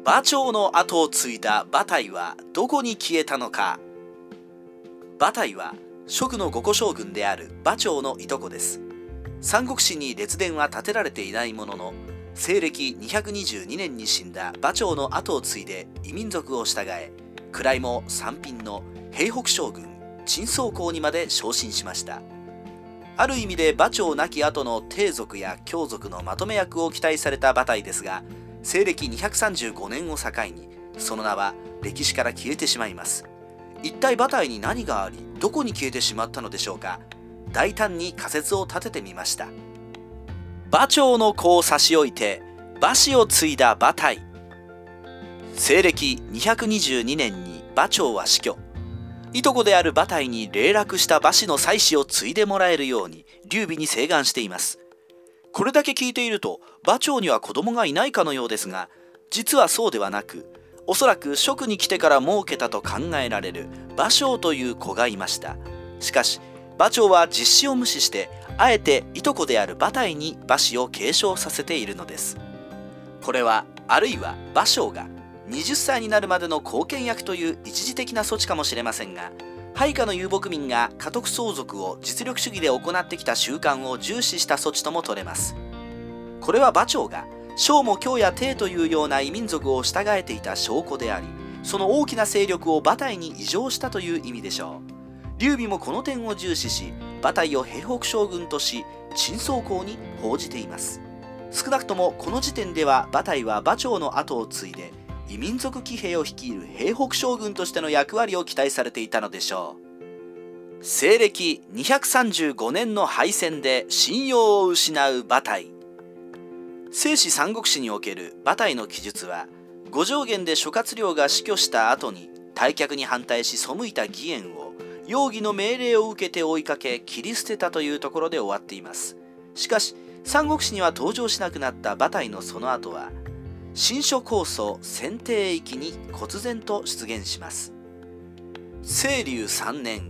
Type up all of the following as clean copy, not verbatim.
馬長の後を継いだ馬岱はどこに消えたのか。馬岱は蜀の五個将軍である馬長のいとこです。三国志に列伝は立てられていないものの、西暦222年に死んだ馬長の後を継いで異民族を従え、位も三品の平北将軍陳宗公にまで昇進しました。ある意味で馬長亡き後の帝族や卿族のまとめ役を期待された馬岱ですが、西暦235年を境にその名は歴史から消えてしまいます。一体馬岱に何があり、どこに消えてしまったのでしょうか。大胆に仮説を立ててみました。馬長の子を差し置いて馬氏を継いだ馬岱。西暦222年に馬長は死去。いとこである馬岱に霊落した馬氏の妻子を継いでもらえるように劉備に請願しています。これだけ聞いていると馬長には子供がいないかのようですが、実はそうではなく、おそらく蜀に来てから設けたと考えられる馬生という子がいました。しかし馬長は実子を無視して、あえていとこである馬岱に馬氏を継承させているのです。これはあるいは馬生が20歳になるまでの後見役という一時的な措置かもしれませんが、配下の遊牧民が家督相続を実力主義で行ってきた習慣を重視した措置とも取れます。これは馬長が昌も姜や鄭というような異民族を従えていた証拠であり、その大きな勢力を馬岱に移譲したという意味でしょう。劉備もこの点を重視し、馬岱を平北将軍とし陳宗公に報じています。少なくともこの時点では馬岱は馬長の後を継いで異民族騎兵を率いる平北将軍としての役割を期待されていたのでしょう。西暦235年の敗戦で信用を失う馬岱。正史三国志における馬岱の記述は、五条原で諸葛亮が死去した後に退却に反対し背いた義援を容疑の命令を受けて追いかけ切り捨てたというところで終わっています。しかし三国志には登場しなくなった馬岱のその後は、新書構想選定域に忽然と出現します。清隆3年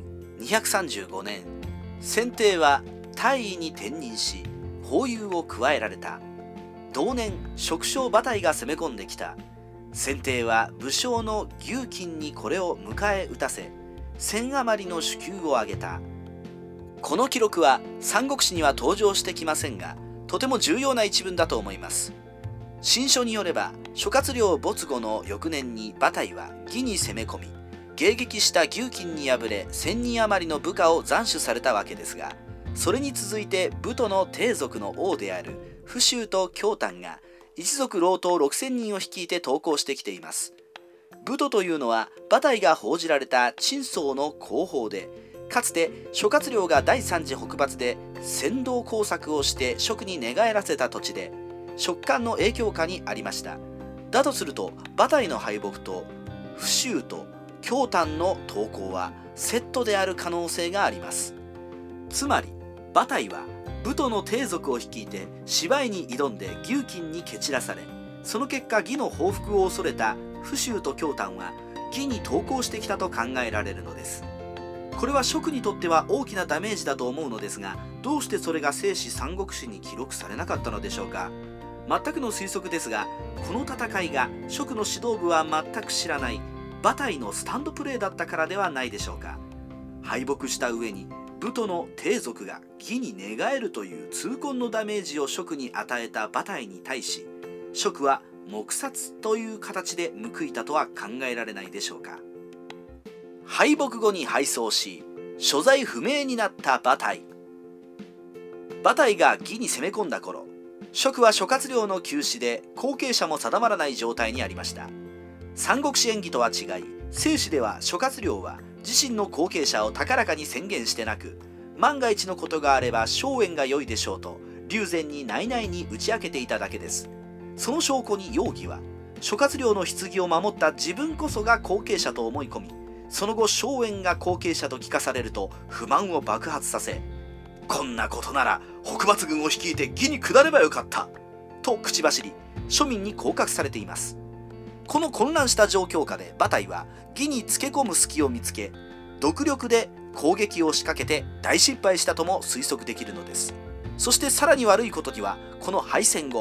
235年、選定は大尉に転任し法有を加えられた。同年蜀将馬岱が攻め込んできた。選定は武将の牛金にこれを迎え撃たせ、1000余りの首級を挙げた。この記録は三国志には登場してきませんが、とても重要な一文だと思います。新書によれば、諸葛亮没後の翌年に馬岱は魏に攻め込み、迎撃した牛金に敗れ1000人余りの部下を斬首されたわけですが、それに続いて武都の帝族の王である父州と姜譚が一族老頭6000人を率いて投降してきています。武都というのは馬岱が報じられた陳宗の後方で、かつて諸葛亮が第三次北伐で扇動工作をして蜀に寝返らせた土地で、蜀漢の影響下にありました。だとすると馬岱の敗北と父州と姜譚の投降はセットである可能性があります。つまり馬岱は武都の帝族を率いて芝居に挑んで牛金に蹴散らされ、その結果魏の報復を恐れた父州と姜譚は魏に投降してきたと考えられるのです。これは蜀にとっては大きなダメージだと思うのですが、どうしてそれが正史三国志に記録されなかったのでしょうか。全くの推測ですが、この戦いが蜀の指導部は全く知らない馬岱のスタンドプレーだったからではないでしょうか。敗北した上に武都の帝族が魏に寝返るという痛恨のダメージを蜀に与えた馬岱に対し、蜀は黙殺という形で報いたとは考えられないでしょうか。敗北後に敗走し所在不明になった馬岱。馬岱が魏に攻め込んだ頃、蜀は諸葛亮の急死で後継者も定まらない状態にありました。三国志演義とは違い、正史では諸葛亮は自身の後継者を高らかに宣言してなく、万が一のことがあれば荘園が良いでしょうと龍禅に内々に打ち明けていただけです。その証拠に容疑は、諸葛亮の棺を守った自分こそが後継者と思い込み、その後荘園が後継者と聞かされると不満を爆発させ、こんなことなら北伐軍を率いて魏に下ればよかったと口走り、庶民に降格されています。この混乱した状況下で馬岱は魏につけ込む隙を見つけ、独力で攻撃を仕掛けて大失敗したとも推測できるのです。そしてさらに悪いことには、この敗戦後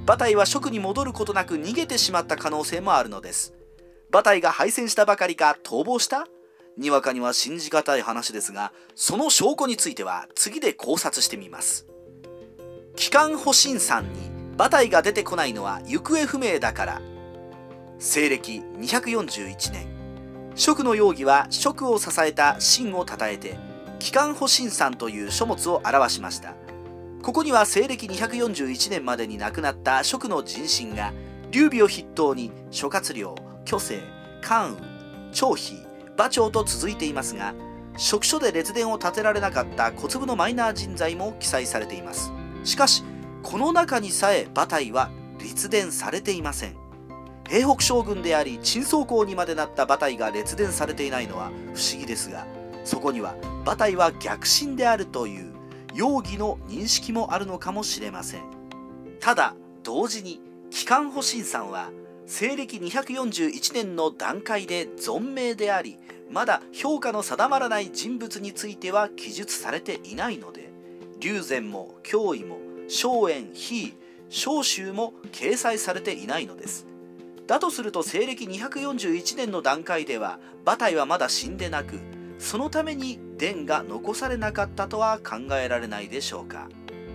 馬隊は蜀に戻ることなく逃げてしまった可能性もあるのです。馬隊が敗戦したばかりか逃亡した？にわかには信じがたい話ですが、その証拠については次で考察してみます。帰還保身山に馬隊が出てこないのは行方不明だから。西暦241年、蜀の容疑は蜀を支えた秦を称えて帰還保身山という書物を表しました。ここには西暦241年までに亡くなった蜀の人臣が劉備を筆頭に諸葛亮、挙西、関羽、張飛、馬超と続いていますが、蜀書で列伝を立てられなかった小粒のマイナー人材も記載されています。しかしこの中にさえ馬隊は列伝されていません。平北将軍であり陳宗公にまでなった馬隊が列伝されていないのは不思議ですが、そこには馬隊は逆臣であるという容疑の認識もあるのかもしれません。ただ同時に帰還保身山は西暦241年の段階で存命であり、まだ評価の定まらない人物については記述されていないので、龍禅も脅威も荘園、非召集も掲載されていないのです。だとすると西暦241年の段階では馬隊はまだ死んでなく、そのために伝が残されなかったとは考えられないでしょうか。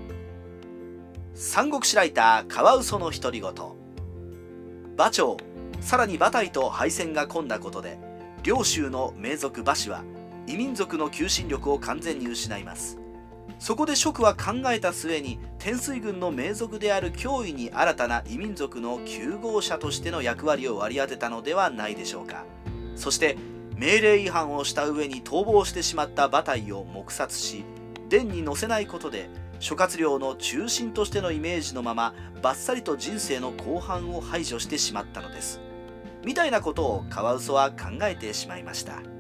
三国志ライターカワウソの独り言。馬超、さらに馬隊と敗戦が込んだことで、両州の名族馬氏は異民族の求心力を完全に失います。そこで蜀は考えた末に天水軍の名族である脅威に新たな異民族の救護者としての役割を割り当てたのではないでしょうか。そして命令違反をした上に逃亡してしまった馬隊を黙殺し、伝に載せないことで諸葛亮の中心としてのイメージのままバッサリと人生の後半を排除してしまったのです。みたいなことをカワウソは考えてしまいました。